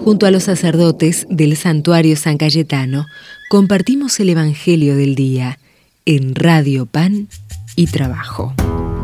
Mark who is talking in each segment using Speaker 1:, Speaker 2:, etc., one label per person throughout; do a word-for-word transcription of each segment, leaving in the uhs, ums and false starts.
Speaker 1: Junto a los sacerdotes del Santuario San Cayetano, compartimos el Evangelio del Día en Radio Pan y Trabajo.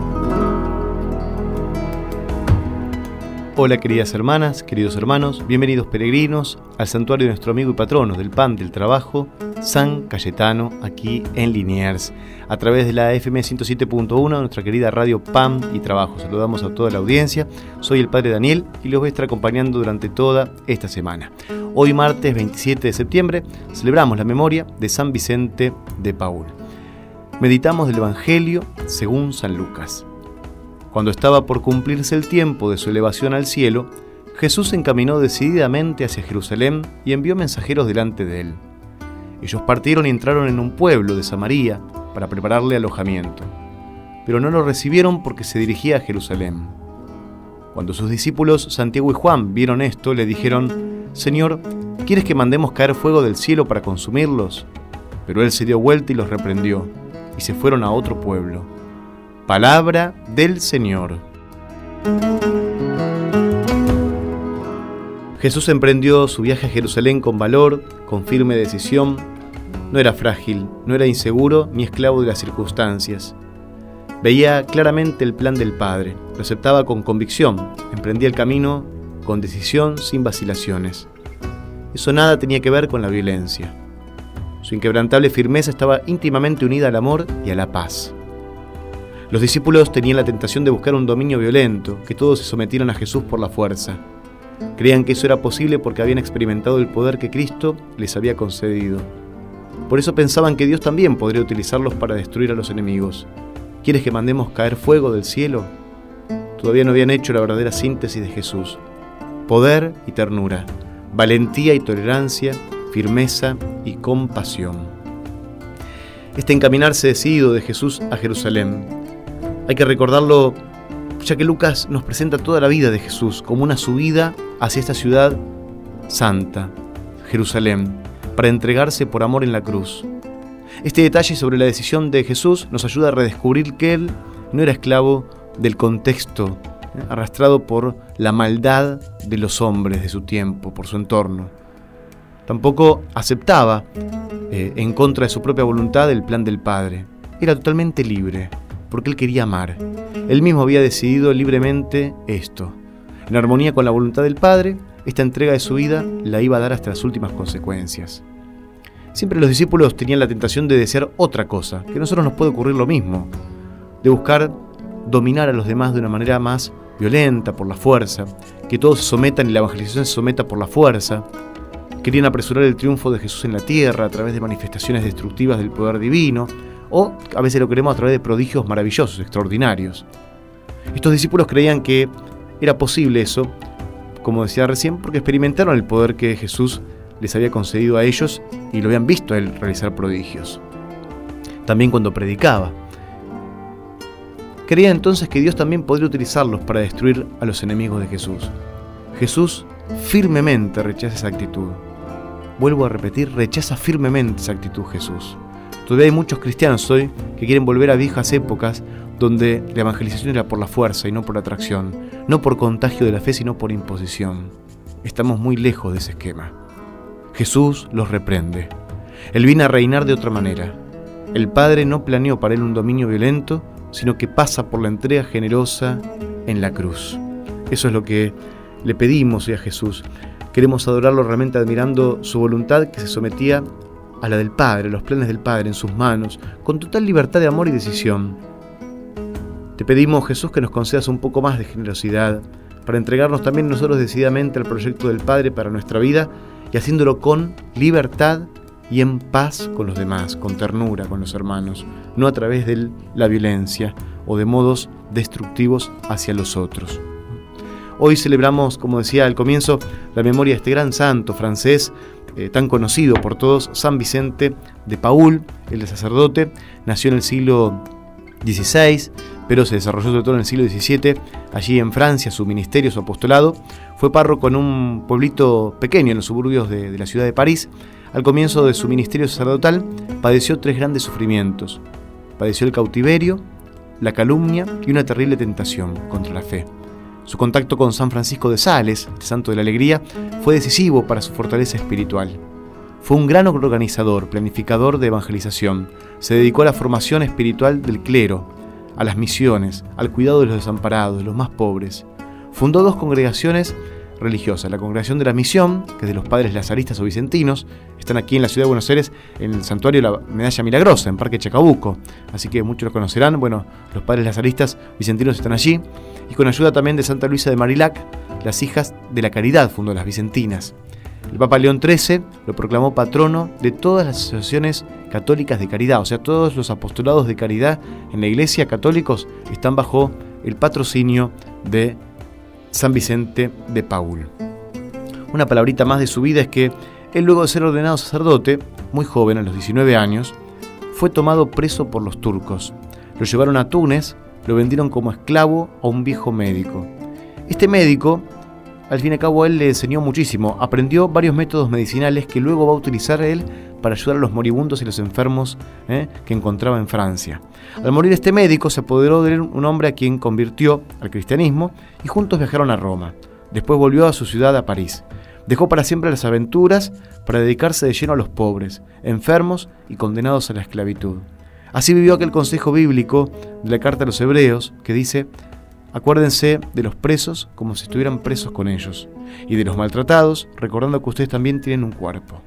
Speaker 2: Hola queridas hermanas, queridos hermanos, bienvenidos peregrinos al santuario de nuestro amigo y patrono del pan del trabajo, San Cayetano, aquí en Liniers, a través de la F M ciento siete punto uno, nuestra querida Radio Pan y Trabajo. Saludamos a toda la audiencia, soy el Padre Daniel y los voy a estar acompañando durante toda esta semana. Hoy martes veintisiete de septiembre celebramos la memoria de San Vicente de Paúl. Meditamos del Evangelio según San Lucas. Cuando estaba por cumplirse el tiempo de su elevación al cielo, Jesús se encaminó decididamente hacia Jerusalén y envió mensajeros delante de él. Ellos partieron y entraron en un pueblo de Samaria para prepararle alojamiento, pero no lo recibieron porque se dirigía a Jerusalén. Cuando sus discípulos Santiago y Juan vieron esto, le dijeron: «Señor, ¿quieres que mandemos caer fuego del cielo para consumirlos?». Pero él se dio vuelta y los reprendió, y se fueron a otro pueblo. Palabra del Señor. Jesús emprendió su viaje a Jerusalén con valor, con firme decisión. No era frágil, no era inseguro ni esclavo de las circunstancias. Veía claramente el plan del Padre, lo aceptaba con convicción, emprendía el camino con decisión, sin vacilaciones. Eso nada tenía que ver con la violencia. Su inquebrantable firmeza estaba íntimamente unida al amor y a la paz. Los discípulos tenían la tentación de buscar un dominio violento, que todos se sometieran a Jesús por la fuerza. Creían que eso era posible porque habían experimentado el poder que Cristo les había concedido. Por eso pensaban que Dios también podría utilizarlos para destruir a los enemigos. ¿Quieres que mandemos caer fuego del cielo? Todavía no habían hecho la verdadera síntesis de Jesús. Poder y ternura, valentía y tolerancia, firmeza y compasión. Este encaminarse decidido de Jesús a Jerusalén, hay que recordarlo ya que Lucas nos presenta toda la vida de Jesús como una subida hacia esta ciudad santa, Jerusalén, para entregarse por amor en la cruz. Este detalle sobre la decisión de Jesús nos ayuda a redescubrir que él no era esclavo del contexto, ¿eh? arrastrado por la maldad de los hombres de su tiempo, por su entorno. Tampoco aceptaba, eh, en contra de su propia voluntad, el plan del Padre. Era totalmente libre, porque él quería amar. Él mismo había decidido libremente esto. En armonía con la voluntad del Padre, esta entrega de su vida la iba a dar hasta las últimas consecuencias. Siempre los discípulos tenían la tentación de desear otra cosa, que a nosotros nos puede ocurrir lo mismo, de buscar dominar a los demás de una manera más violenta, por la fuerza, que todos se sometan y la evangelización se someta por la fuerza. Querían apresurar el triunfo de Jesús en la tierra a través de manifestaciones destructivas del poder divino, o a veces lo queremos a través de prodigios maravillosos, extraordinarios. Estos discípulos creían que era posible eso, como decía recién, porque experimentaron el poder que Jesús les había concedido a ellos y lo habían visto a él realizar prodigios. También cuando predicaba. Creían entonces que Dios también podría utilizarlos para destruir a los enemigos de Jesús. Jesús firmemente rechaza esa actitud. Vuelvo a repetir, rechaza firmemente esa actitud Jesús. Todavía hay muchos cristianos hoy que quieren volver a viejas épocas donde la evangelización era por la fuerza y no por atracción, no por contagio de la fe, sino por imposición. Estamos muy lejos de ese esquema. Jesús los reprende. Él vino a reinar de otra manera. El Padre no planeó para él un dominio violento, sino que pasa por la entrega generosa en la cruz. Eso es lo que le pedimos hoy a Jesús. Queremos adorarlo realmente admirando su voluntad que se sometía a la del Padre, los planes del Padre en sus manos, con total libertad de amor y decisión. Te pedimos, Jesús, que nos concedas un poco más de generosidad, para entregarnos también nosotros decididamente al proyecto del Padre para nuestra vida, y haciéndolo con libertad y en paz con los demás, con ternura con los hermanos, no a través de la violencia o de modos destructivos hacia los otros. Hoy celebramos, como decía al comienzo, la memoria de este gran santo francés, Eh, tan conocido por todos, San Vicente de Paúl, el de sacerdote. Nació en el siglo dieciséis, pero se desarrolló sobre todo en el siglo diecisiete, allí en Francia, su ministerio, su apostolado. Fue párroco en un pueblito pequeño en los suburbios de, de la ciudad de París. Al comienzo de su ministerio sacerdotal, padeció tres grandes sufrimientos. Padeció el cautiverio, la calumnia y una terrible tentación contra la fe. Su contacto con San Francisco de Sales, el santo de la alegría, fue decisivo para su fortaleza espiritual. Fue un gran organizador, planificador de evangelización. Se dedicó a la formación espiritual del clero, a las misiones, al cuidado de los desamparados, de los más pobres. Fundó dos congregaciones religiosas, la Congregación de la Misión, que es de los padres lazaristas o vicentinos, están aquí en la ciudad de Buenos Aires, en el santuario de la Medalla Milagrosa, en Parque Chacabuco, así que muchos lo conocerán. Bueno, los padres lazaristas vicentinos están allí, y con ayuda también de Santa Luisa de Marilac, las Hijas de la Caridad fundó las vicentinas. El Papa León trece lo proclamó patrono de todas las asociaciones católicas de caridad, o sea, todos los apostolados de caridad en la Iglesia católicos están bajo el patrocinio de San Vicente de Paúl. Una palabrita más de su vida es que él, luego de ser ordenado sacerdote, muy joven, a los diecinueve años, fue tomado preso por los turcos. Lo llevaron a Túnez, lo vendieron como esclavo a un viejo médico. Este médico, al fin y al cabo, a él le enseñó muchísimo. Aprendió varios métodos medicinales que luego va a utilizar él para ayudar a los moribundos y los enfermos eh, que encontraba en Francia. Al morir este médico, se apoderó de él un hombre a quien convirtió al cristianismo y juntos viajaron a Roma. Después volvió a su ciudad, a París. Dejó para siempre las aventuras para dedicarse de lleno a los pobres, enfermos y condenados a la esclavitud. Así vivió aquel consejo bíblico de la Carta a los Hebreos que dice: acuérdense de los presos como si estuvieran presos con ellos, y de los maltratados, recordando que ustedes también tienen un cuerpo.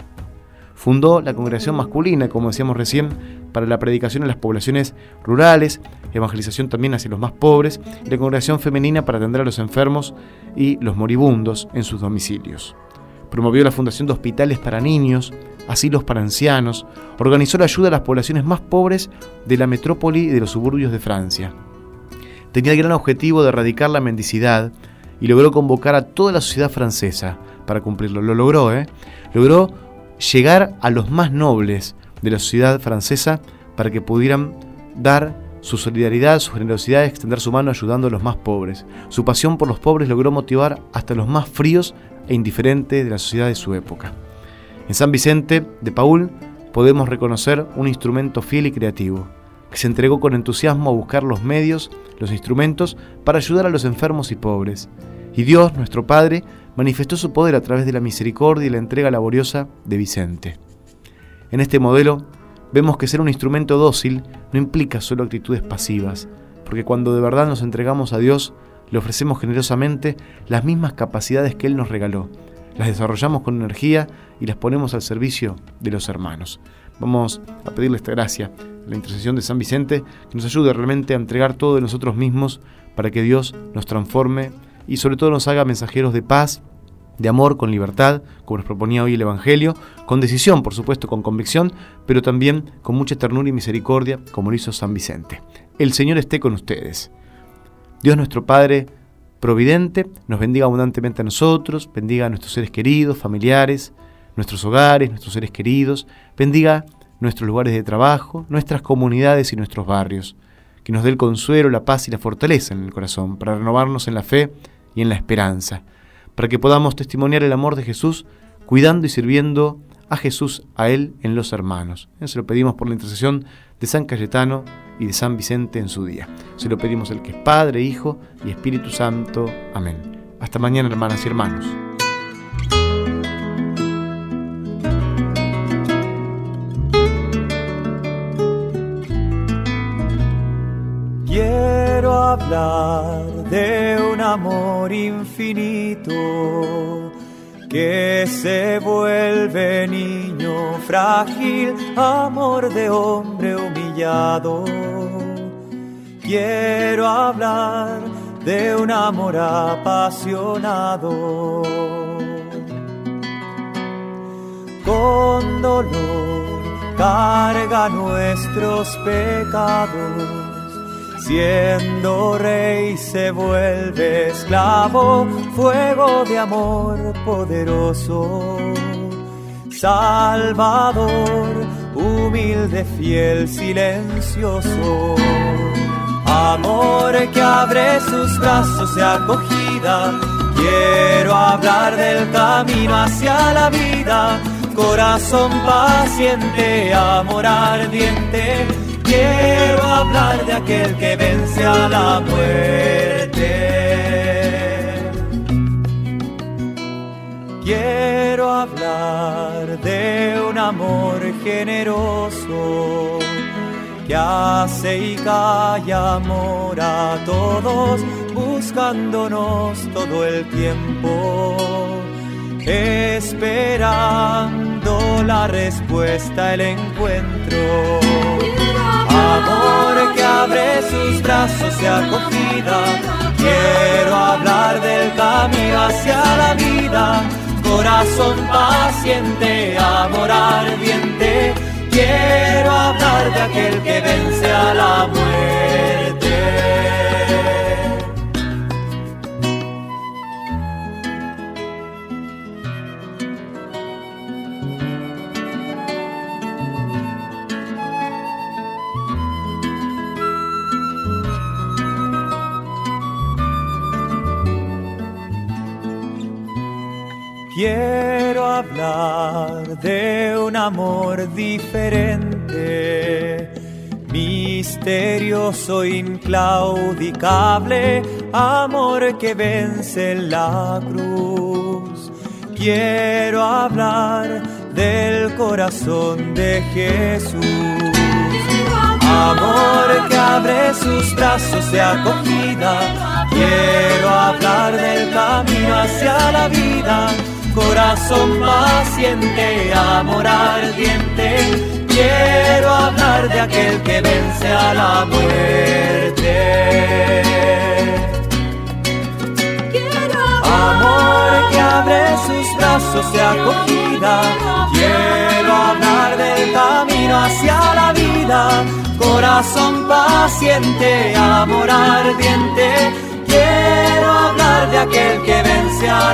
Speaker 2: Fundó la congregación masculina, como decíamos recién, para la predicación en las poblaciones rurales, evangelización también hacia los más pobres, y la congregación femenina para atender a los enfermos y los moribundos en sus domicilios. Promovió la fundación de hospitales para niños, asilos para ancianos, organizó la ayuda a las poblaciones más pobres de la metrópoli y de los suburbios de Francia. Tenía el gran objetivo de erradicar la mendicidad y logró convocar a toda la sociedad francesa para cumplirlo. Lo logró, ¿eh? Logró llegar a los más nobles de la sociedad francesa para que pudieran dar su solidaridad, su generosidad, extender su mano ayudando a los más pobres. Su pasión por los pobres logró motivar hasta los más fríos e indiferentes de la sociedad de su época. En San Vicente de Paúl podemos reconocer un instrumento fiel y creativo, que se entregó con entusiasmo a buscar los medios, los instrumentos para ayudar a los enfermos y pobres. Y Dios, nuestro Padre, manifestó su poder a través de la misericordia y la entrega laboriosa de Vicente. En este modelo vemos que ser un instrumento dócil no implica solo actitudes pasivas, porque cuando de verdad nos entregamos a Dios, le ofrecemos generosamente las mismas capacidades que Él nos regaló, las desarrollamos con energía y las ponemos al servicio de los hermanos. Vamos a pedirle esta gracia, la intercesión de San Vicente, que nos ayude realmente a entregar todo de nosotros mismos para que Dios nos transforme y sobre todo nos haga mensajeros de paz, de amor con libertad, como nos proponía hoy el Evangelio, con decisión, por supuesto, con convicción, pero también con mucha ternura y misericordia, como lo hizo San Vicente. El Señor esté con ustedes. Dios nuestro Padre providente nos bendiga abundantemente a nosotros, bendiga a nuestros seres queridos, familiares, nuestros hogares, nuestros seres queridos, bendiga nuestros lugares de trabajo, nuestras comunidades y nuestros barrios, que nos dé el consuelo, la paz y la fortaleza en el corazón para renovarnos en la fe y en la esperanza, para que podamos testimoniar el amor de Jesús, cuidando y sirviendo a Jesús, a Él en los hermanos. Se lo pedimos por la intercesión de San Cayetano y de San Vicente en su día. Se lo pedimos al que es Padre, Hijo y Espíritu Santo. Amén. Hasta mañana, hermanas y hermanos.
Speaker 3: Quiero hablar de un amor infinito que se vuelve niño frágil, amor de hombre humillado. Quiero hablar de un amor apasionado. Con dolor carga nuestros pecados, siendo rey se vuelve esclavo, fuego de amor poderoso. Salvador, humilde, fiel, silencioso. Amor que abre sus brazos de acogida. Quiero hablar del camino hacia la vida. Corazón paciente, amor ardiente. Quiero hablar de aquel que vence a la muerte. Quiero hablar de un amor generoso que hace y calla amor a todos, buscándonos todo el tiempo, esperando la respuesta, el encuentro. Amor que abre sus brazos y acogida. Quiero hablar del camino hacia la vida. Corazón paciente, amor ardiente. Quiero hablar de aquel que vence a la muerte. Quiero hablar de un amor diferente, misterioso, inclaudicable, amor que vence la cruz. Quiero hablar del corazón de Jesús, amor que abre sus brazos de acogida. Quiero hablar del camino hacia la vida. Corazón paciente, amor ardiente. Quiero hablar de aquel que vence a la muerte. Amor que abre sus brazos de acogida. Quiero hablar del camino hacia la vida. Corazón paciente, amor ardiente. Quiero hablar de aquel que vence a